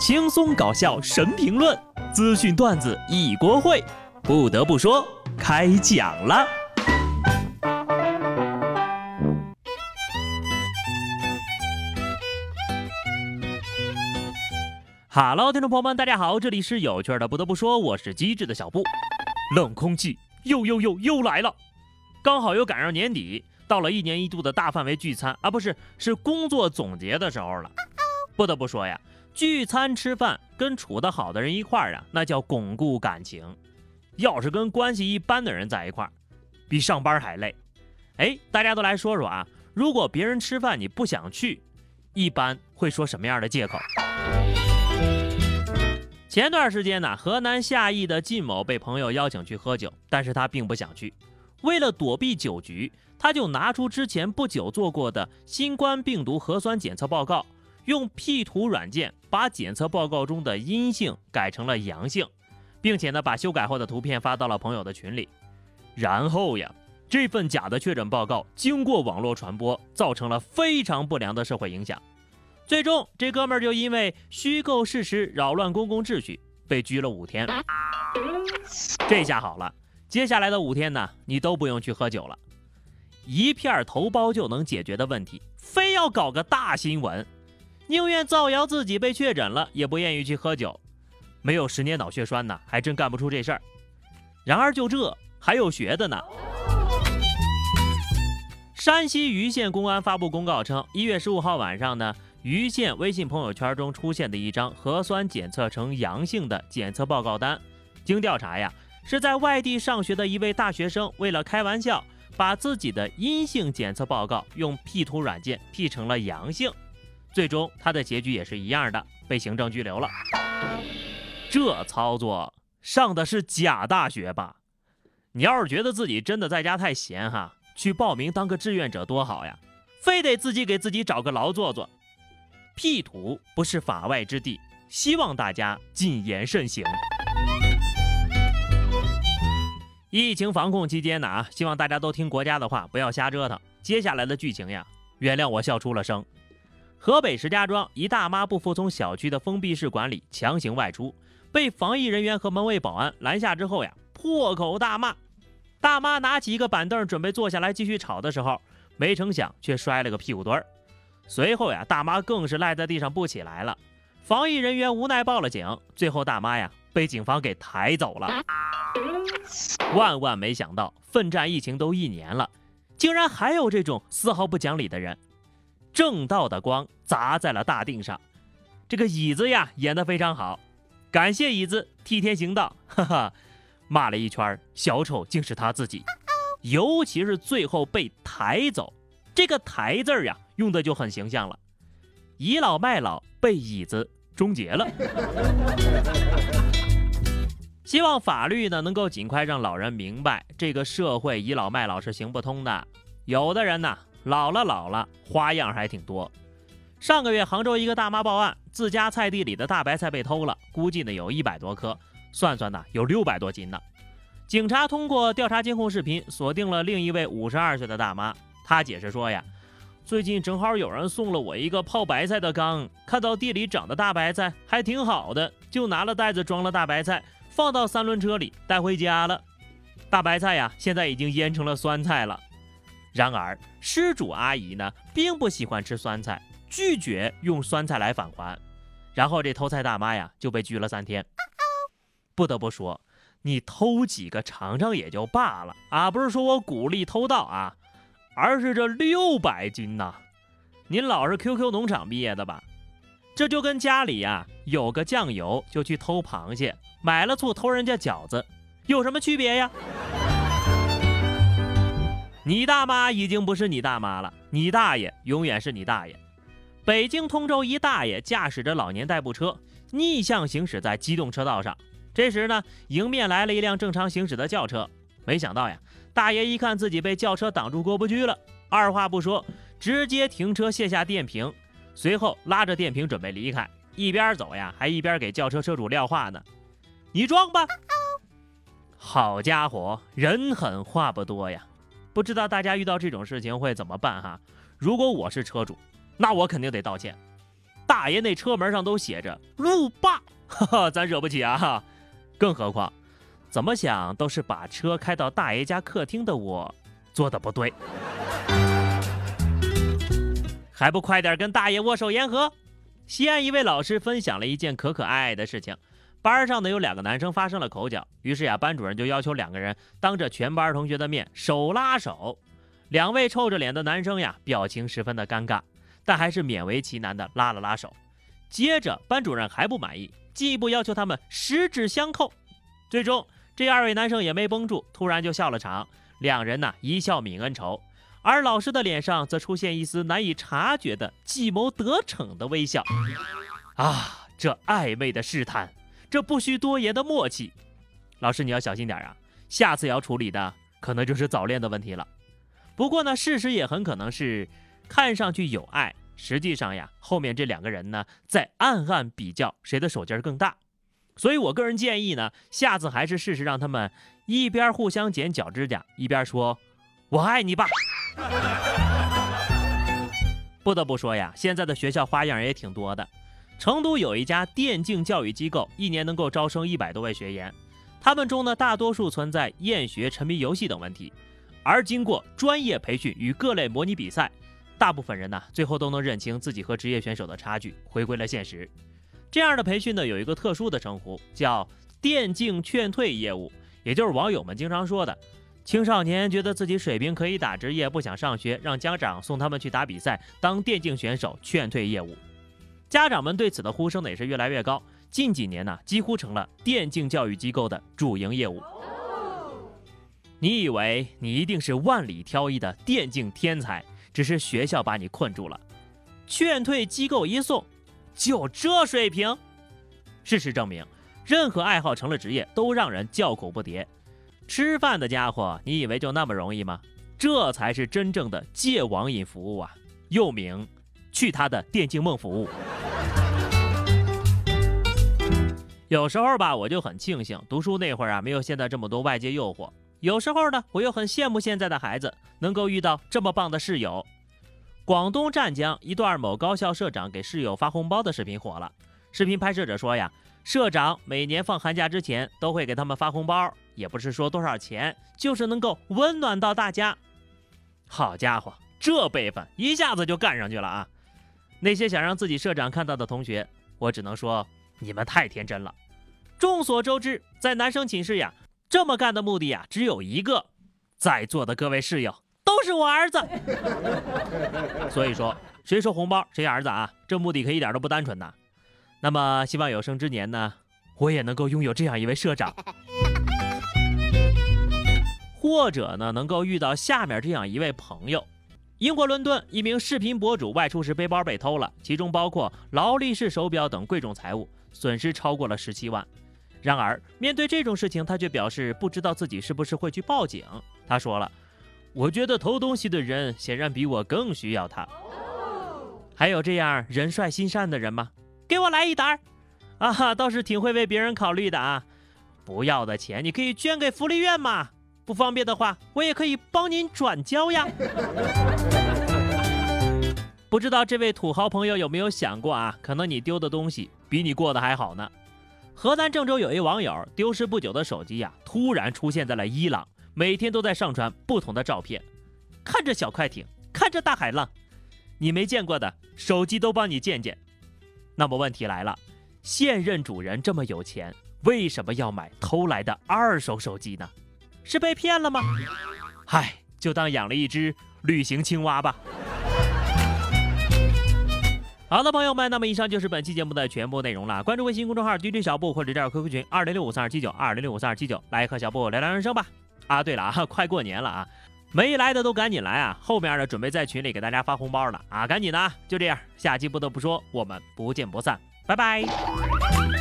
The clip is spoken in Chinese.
轻松搞笑神评论，资讯段子一锅烩。不得不说，开讲了。Hello， 听众朋友们，大家好，这里是有趣的。不得不说，我是机智的小布。冷空气又来了，刚好又赶上年底，到了1年1度的大范围聚餐啊，是工作总结的时候了。不得不说呀，聚餐吃饭跟处得好的人一块儿啊，那叫巩固感情。要是跟关系一般的人在一块儿，比上班还累。大家都来说说啊，如果别人吃饭你不想去，一般会说什么样的借口？前段时间呢，河南夏邑的靳某被朋友邀请去喝酒，但是他并不想去。为了躲避酒局，他就拿出之前不久做过的新冠病毒核酸检测报告，用 P 图软件把检测报告中的阴性改成了阳性，并且呢把修改后的图片发到了朋友的群里。然后呀，这份假的确诊报告经过网络传播，造成了非常不良的社会影响。最终这哥们儿就因为虚构事实扰乱公共秩序被拘了5天。这下好了，接下来的5天呢，你都不用去喝酒了。一片头孢就能解决的问题，非要搞个大新闻，宁愿造谣自己被确诊了，也不愿意去喝酒。没有10年脑血栓呢，还真干不出这事儿。然而就这还有学的呢。山西盂县公安发布公告称，1月15号晚上呢，盂县微信朋友圈中出现的一张核酸检测呈阳性的检测报告单，经调查呀，是在外地上学的一位大学生为了开玩笑，把自己的阴性检测报告用 P 图软件 P 成了阳性。最终他的结局也是一样的，被行政拘留了。这操作上的是假大学吧？你要是觉得自己真的在家太闲哈，去报名当个志愿者多好呀，非得自己给自己找个牢做做。P 图不是法外之地，希望大家谨言慎行。疫情防控期间呢，希望大家都听国家的话，不要瞎折腾。接下来的剧情呀，原谅我笑出了声。河北石家庄一大妈不服从小区的封闭式管理，强行外出，被防疫人员和门卫保安拦下之后呀，破口大骂。大妈拿起一个板凳准备坐下来继续吵的时候，没成想却摔了个屁股墩儿。随后呀，大妈更是赖在地上不起来了。防疫人员无奈报了警，最后大妈呀被警方给抬走了。万没想到，奋战疫情都1年了，竟然还有这种丝毫不讲理的人。正道的光砸在了大腚上，这个椅子呀演得非常好，感谢椅子替天行道，哈哈，骂了一圈，小丑竟是他自己。尤其是最后被抬走，这个抬字呀用的就很形象了，倚老卖老被椅子终结了。希望法律呢能够尽快让老人明白，这个社会倚老卖老是行不通的。有的人呢老了花样还挺多。上个月杭州一个大妈报案，自家菜地里的大白菜被偷了，估计呢有100多颗，算算呢有600多斤呢。警察通过调查监控视频锁定了另一位52岁的大妈，她解释说呀，最近正好有人送了我一个泡白菜的缸，看到地里长的大白菜还挺好的，就拿了袋子装了大白菜，放到3轮车里带回家了。大白菜呀现在已经腌成了酸菜了。然而失主阿姨呢并不喜欢吃酸菜，拒绝用酸菜来返还，然后这偷菜大妈呀就被拘了3天。不得不说，你偷几个尝尝也就罢了啊，不是说我鼓励偷盗啊，而是这600斤呐。您老是 QQ 农场毕业的吧？这就跟家里呀有个酱油就去偷螃蟹，买了醋偷人家饺子，有什么区别呀？你大妈已经不是你大妈了，你大爷永远是你大爷。北京通州一大爷驾驶着老年代步车逆向行驶在机动车道上，这时呢迎面来了一辆正常行驶的轿车，没想到呀，大爷一看自己被轿车挡住过不去了，二话不说直接停车卸下电瓶，随后拉着电瓶准备离开，一边走呀还一边给轿车车主撂话呢，你装吧。好家伙，人狠话不多呀。不知道大家遇到这种事情会怎么办哈？如果我是车主，那我肯定得道歉。 大爷那车门上都写着路霸，哈哈，咱惹不起啊。更何况怎么想都是把车开到大爷家客厅的我做的不对，还不快点跟大爷握手言和。西安一位老师分享了一件可爱爱的事情，班上呢有2个男生发生了口角，于是班主任就要求2个人当着全班同学的面手拉手。2位臭着脸的男生表情十分的尴尬，但还是勉为其难的拉了拉手。接着班主任还不满意，进一步要求他们十指相扣。最终这2位男生也没绷住，突然就笑了场，2人一笑泯恩仇，而老师的脸上则出现一丝难以察觉的计谋得逞的微笑。啊，这暧昧的试探，这不需多言的默契，老师你要小心点下次要处理的可能就是早恋的问题了。不过呢，事实也很可能是看上去有爱，实际上后面这2个人呢在暗暗比较谁的手劲更大。所以我个人建议呢，下次还是试试让他们一边互相剪脚指甲，一边说我爱你吧。不得不说现在的学校花样也挺多的。成都有一家电竞教育机构，一年能够招生100多位学员，他们中呢大多数存在厌学、沉迷游戏等问题，而经过专业培训与各类模拟比赛，大部分人最后都能认清自己和职业选手的差距，回归了现实。这样的培训呢有一个特殊的称呼，叫电竞劝退业务，也就是网友们经常说的青少年觉得自己水平可以打职业，不想上学，让家长送他们去打比赛当电竞选手劝退业务。家长们对此的呼声也是越来越高，近几年几乎成了电竞教育机构的主营业务。你以为你一定是万里挑一的电竞天才，只是学校把你困住了。劝退机构一送，就这水平？事实证明，任何爱好成了职业都让人叫苦不迭。吃饭的家伙，你以为就那么容易吗？这才是真正的戒网瘾服务又名去他的电竞梦服务。有时候我就很庆幸读书那会儿没有现在这么多外界诱惑。有时候呢，我又很羡慕现在的孩子能够遇到这么棒的室友。广东湛江一段某高校社长给室友发红包的视频火了。视频拍摄者说社长每年放寒假之前都会给他们发红包，也不是说多少钱，就是能够温暖到大家。好家伙，这辈分一下子就干上去了那些想让自己社长看到的同学，我只能说你们太天真了。众所周知，在男生寝室这么干的目的只有一个，在座的各位室友都是我儿子。所以说谁收红包谁儿子这目的可一点都不单纯的。那么希望有生之年呢，我也能够拥有这样一位社长，或者呢能够遇到下面这样一位朋友。英国伦敦一名视频博主外出时背包被偷了，其中包括劳力士手表等贵重财物，损失超过了17万。然而面对这种事情，他却表示不知道自己是不是会去报警。他说了，我觉得偷东西的人显然比我更需要他。还有这样人帅心善的人吗？给我来一沓倒是挺会为别人考虑的不要的钱你可以捐给福利院嘛，不方便的话我也可以帮您转交呀。不知道这位土豪朋友有没有想过可能你丢的东西比你过得还好呢。河南郑州有一网友丢失不久的手机突然出现在了伊朗，每天都在上传不同的照片，看着小快艇，看着大海浪，你没见过的手机都帮你见见。那么问题来了，现任主人这么有钱，为什么要买偷来的2手手机呢？是被骗了吗？就当养了一只旅行青蛙吧。好的朋友们，那么以上就是本期节目的全部内容了。关注微信公众号 DJ 小布或者加入 QQ 群20653279 20653279，来和小布聊聊人生吧。对了快过年了没来的都赶紧来后面呢准备在群里给大家发红包了赶紧的就这样，下期不得不说，我们不见不散，拜拜。